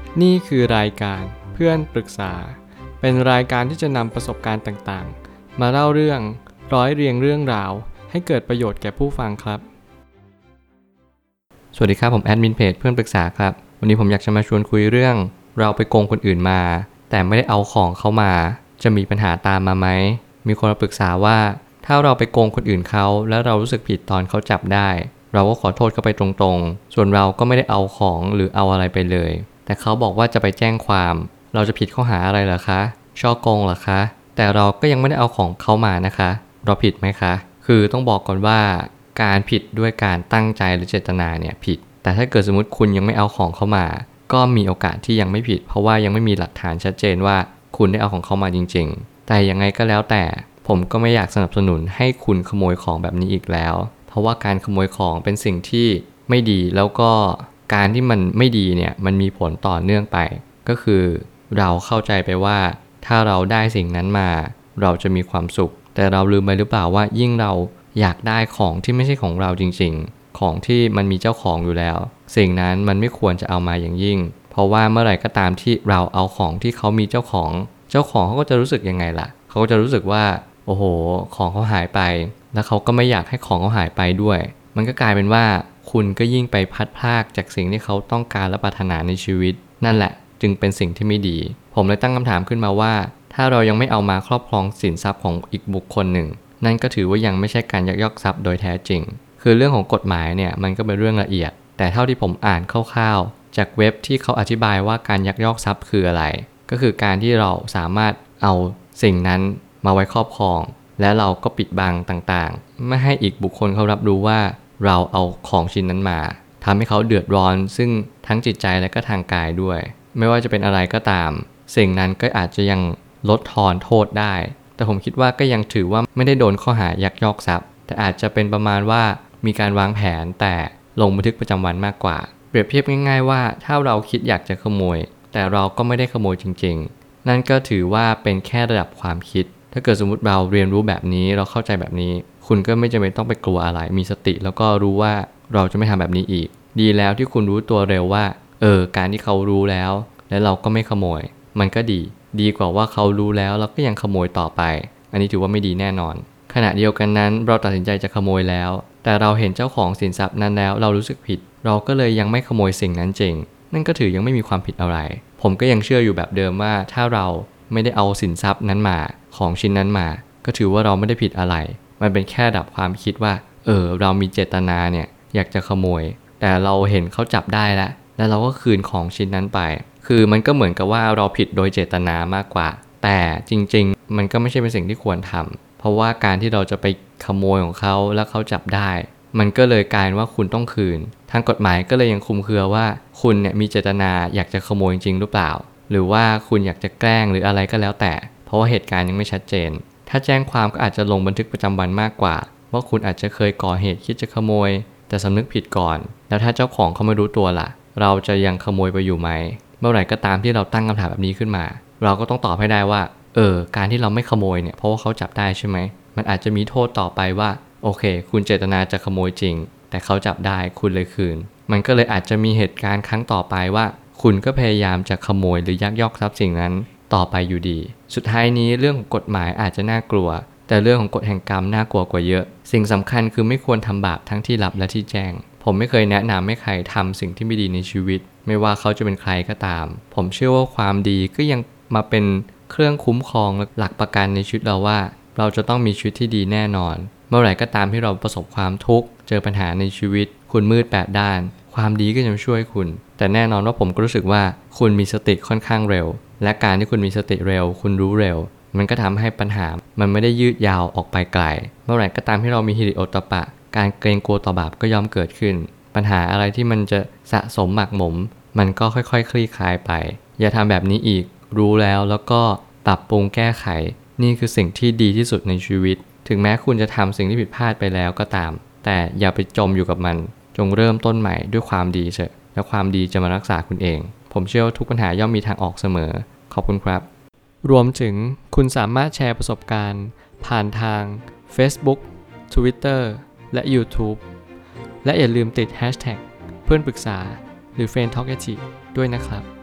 นี่คือรายการเพื่อนปรึกษาเป็นรายการที่จะนำประสบการณ์ต่างๆมาเล่าเรื่องร้อยเรียงเรื่องราวให้เกิดประโยชน์แก่ผู้ฟังครับสวัสดีครับผมแอดมินเพจเพื่อนปรึกษาครับวันนี้ผมอยากจะมาชวนคุยเรื่องเราไปโกงคนอื่นมาแต่ไม่ได้เอาของเขามาจะมีปัญหาตามมาไหมมีคนมาปรึกษาว่าถ้าเราไปโกงคนอื่นเขาแล้วเรารู้สึกผิดตอนเขาจับได้เราก็ขอโทษเขาไปตรงๆส่วนเราก็ไม่ได้เอาของหรือเอาอะไรไปเลยแต่เขาบอกว่าจะไปแจ้งความเราจะผิดข้อหาอะไรเหรอคะฉ้อโกงเหรอคะแต่เราก็ยังไม่ได้เอาของเขามานะคะเราผิดไหมคะคือต้องบอกก่อนว่าการผิดด้วยการตั้งใจหรือเจตนาเนี่ยผิดแต่ถ้าเกิดสมมติคุณยังไม่เอาของเขามาก็มีโอกาสที่ยังไม่ผิดเพราะว่ายังไม่มีหลักฐานชัดเจนว่าคุณได้เอาของเขามาจริงๆแต่ยังไงก็แล้วแต่ผมก็ไม่อยากสนับสนุนให้คุณขโมยของแบบนี้อีกแล้วเพราะว่าการขโมยของเป็นสิ่งที่ไม่ดีแล้วก็การที่มันไม่ดีเนี่ยมันมีผลต่อเนื่องไปก็คือเราเข้าใจไปว่าถ้าเราได้สิ่งนั้นมาเราจะมีความสุขแต่เราลืมไปหรือเปล่าว่ายิ่งเราอยากได้ของที่ไม่ใช่ของเราจริงๆของที่มันมีเจ้าของอยู่แล้วสิ่งนั้นมันไม่ควรจะเอามาอย่างยิ่งเพราะว่าเมื่อไหร่ก็ตามที่เราเอาของที่เขามีเจ้าของเขาก็จะรู้สึกยังไงล่ะเขาก็จะรู้สึกว่าโอ้โหของเขาหายไปแล้วเขาก็ไม่อยากให้ของเขาหายไปด้วยมันก็กลายเป็นว่าคุณก็ยิ่งไปพัดพรากจากสิ่งที่เขาต้องการและปรารถนาในชีวิตนั่นแหละจึงเป็นสิ่งที่ไม่ดีผมเลยตั้งคำถามขึ้นมาว่าถ้าเรายังไม่เอามาครอบครองสินทรัพย์ของอีกบุคคลหนึ่งนั่นก็ถือว่ายังไม่ใช่การยักยอกทรัพย์โดยแท้จริงคือเรื่องของกฎหมายเนี่ยมันก็เป็นเรื่องละเอียดแต่เท่าที่ผมอ่านคร่าวๆจากเว็บที่เขาอธิบายว่าการยักยอกทรัพย์คืออะไรก็คือการที่เราสามารถเอาสิ่งนั้นมาไว้ครอบครองและเราก็ปิดบังต่างๆไม่ให้อีกบุคคลเขารับรู้ว่าเราเอาของชิ้นนั้นมาทำให้เขาเดือดร้อนซึ่งทั้งจิตใจและก็ทางกายด้วยไม่ว่าจะเป็นอะไรก็ตามสิ่งนั้นก็อาจจะยังลดทอนโทษได้แต่ผมคิดว่าก็ยังถือว่าไม่ได้โดนข้อหายักยอกทรัพย์แต่อาจจะเป็นประมาณว่ามีการวางแผนแต่ลงบันทึกประจำวันมากกว่าเปรียบเทียบง่ายๆว่าถ้าเราคิดอยากจะขโมยแต่เราก็ไม่ได้ขโมยจริงๆนั่นก็ถือว่าเป็นแค่ระดับความคิดถ้าเกิดสมมติเราเรียนรู้แบบนี้เราเข้าใจแบบนี้คุณก็ไม่จำเป็นต้องไปกลัวอะไรมีสติแล้วก็รู้ว่าเราจะไม่ทำแบบนี้อีกดีแล้วที่คุณรู้ตัวเร็วว่าการที่เขารู้แล้วและเราก็ไม่ขโมยมันก็ดีกว่าว่าเขารู้แล้วเราก็ยังขโมยต่อไปอันนี้ถือว่าไม่ดีแน่นอนขณะเดียวกันนั้นเราตัดสินใจจะขโมยแล้วแต่เราเห็นเจ้าของสินทรัพย์นั้นแล้วเรารู้สึกผิดเราก็เลยยังไม่ขโมยสิ่งนั้นจริงนั่นก็ถือยังไม่มีความผิดอะไรผมก็ยังเชื่ออยู่แบบเดิมว่าถ้าเราไม่ได้เอาสินทรัพย์นั้นมาของชิ้นนั้นมาก็ถือว่าเราไม่ได้ผิดอะไรมันเป็นแค่ระดับความคิดว่าเรามีเจตนาเนี่ยอยากจะขโมยแต่เราเห็นเขาจับได้แล้วเราก็คืนของชิ้นนั้นไปคือมันก็เหมือนกับว่าเราผิดโดยเจตนามากกว่าแต่จริงๆมันก็ไม่ใช่เป็นสิ่งที่ควรทำเพราะว่าการที่เราจะไปขโมยของเขาแล้วเขาจับได้มันก็เลยกลายว่าคุณต้องคืนทางกฎหมายก็เลยยังคลุมเครือว่าคุณเนี่ยมีเจตนาอยากจะขโมยจริงหรือเปล่าหรือว่าคุณอยากจะแกล้งหรืออะไรก็แล้วแต่เพราะว่าเหตุการณ์ยังไม่ชัดเจนถ้าแจ้งความก็อาจจะลงบันทึกประจำวันมากกว่าว่าคุณอาจจะเคยก่อเหตุคิดจะขโมยแต่สำนึกผิดก่อนแล้วถ้าเจ้าของเขาไม่รู้ตัวล่ะเราจะยังขโมยไปอยู่ไหมเมื่อไหร่ก็ตามที่เราตั้งคำถามแบบนี้ขึ้นมาเราก็ต้องตอบให้ได้ว่าการที่เราไม่ขโมยเนี่ยเพราะว่าเขาจับได้ใช่ไหมมันอาจจะมีโทษต่อไปว่าโอเคคุณเจตนาจะขโมยจริงแต่เขาจับได้คุณเลยคืนมันก็เลยอาจจะมีเหตุการณ์ครั้งต่อไปว่าคุณก็พยายามจะขโมยหรือยักยอกทรัพย์สิ่งนั้นต่อไปอยู่ดีสุดท้ายนี้เรื่องของกฎหมายอาจจะน่ากลัวแต่เรื่องของกฎแห่งกรรมน่ากลัวกว่าเยอะสิ่งสำคัญคือไม่ควรทำบาปทั้งที่ลับและที่แจ้งผมไม่เคยแนะนำให้ใครทำสิ่งที่ไม่ดีในชีวิตไม่ว่าเขาจะเป็นใครก็ตามผมเชื่อว่าความดีก็ยังมาเป็นเครื่องคุ้มครองหลักประกันในชีวิตเราว่าเราจะต้องมีชีวิตที่ดีแน่นอนเมื่อไหร่ก็ตามที่เราประสบความทุกข์เจอปัญหาในชีวิตคุณมืด8ด้านความดีก็จะช่วยคุณแต่แน่นอนว่าผมก็รู้สึกว่าคุณมีสติค่อนข้างเร็วและการที่คุณมีสติเร็วคุณรู้เร็วมันก็ทำให้ปัญหามันไม่ได้ยืดยาวออกไปไกลเมื่อไหร่ก็ตามที่เรามีฮิริโอตปะการเกรงกลัวต่อบาปก็ย่อมเกิดขึ้นปัญหาอะไรที่มันจะสะสมหมักหมมมันก็ค่อยๆคลี่คลายไปอย่าทำแบบนี้อีกรู้แล้วก็ปรับปรุงแก้ไขนี่คือสิ่งที่ดีที่สุดในชีวิตถึงแม้คุณจะทำสิ่งที่ผิดพลาดไปแล้วก็ตามแต่อย่าไปจมอยู่กับมันจงเริ่มต้นใหม่ด้วยความดีเถอะและความดีจะมารักษาคุณเองผมเชื่อว่าทุกปัญหาย่อมมีทางออกเสมอขอบคุณครับรวมถึงคุณสามารถแชร์ประสบการณ์ผ่านทาง Facebook Twitter และ YouTube และอย่าลืมติด hashtag เพื่อนปรึกษาหรือ Friend Talk ด้วยนะครับ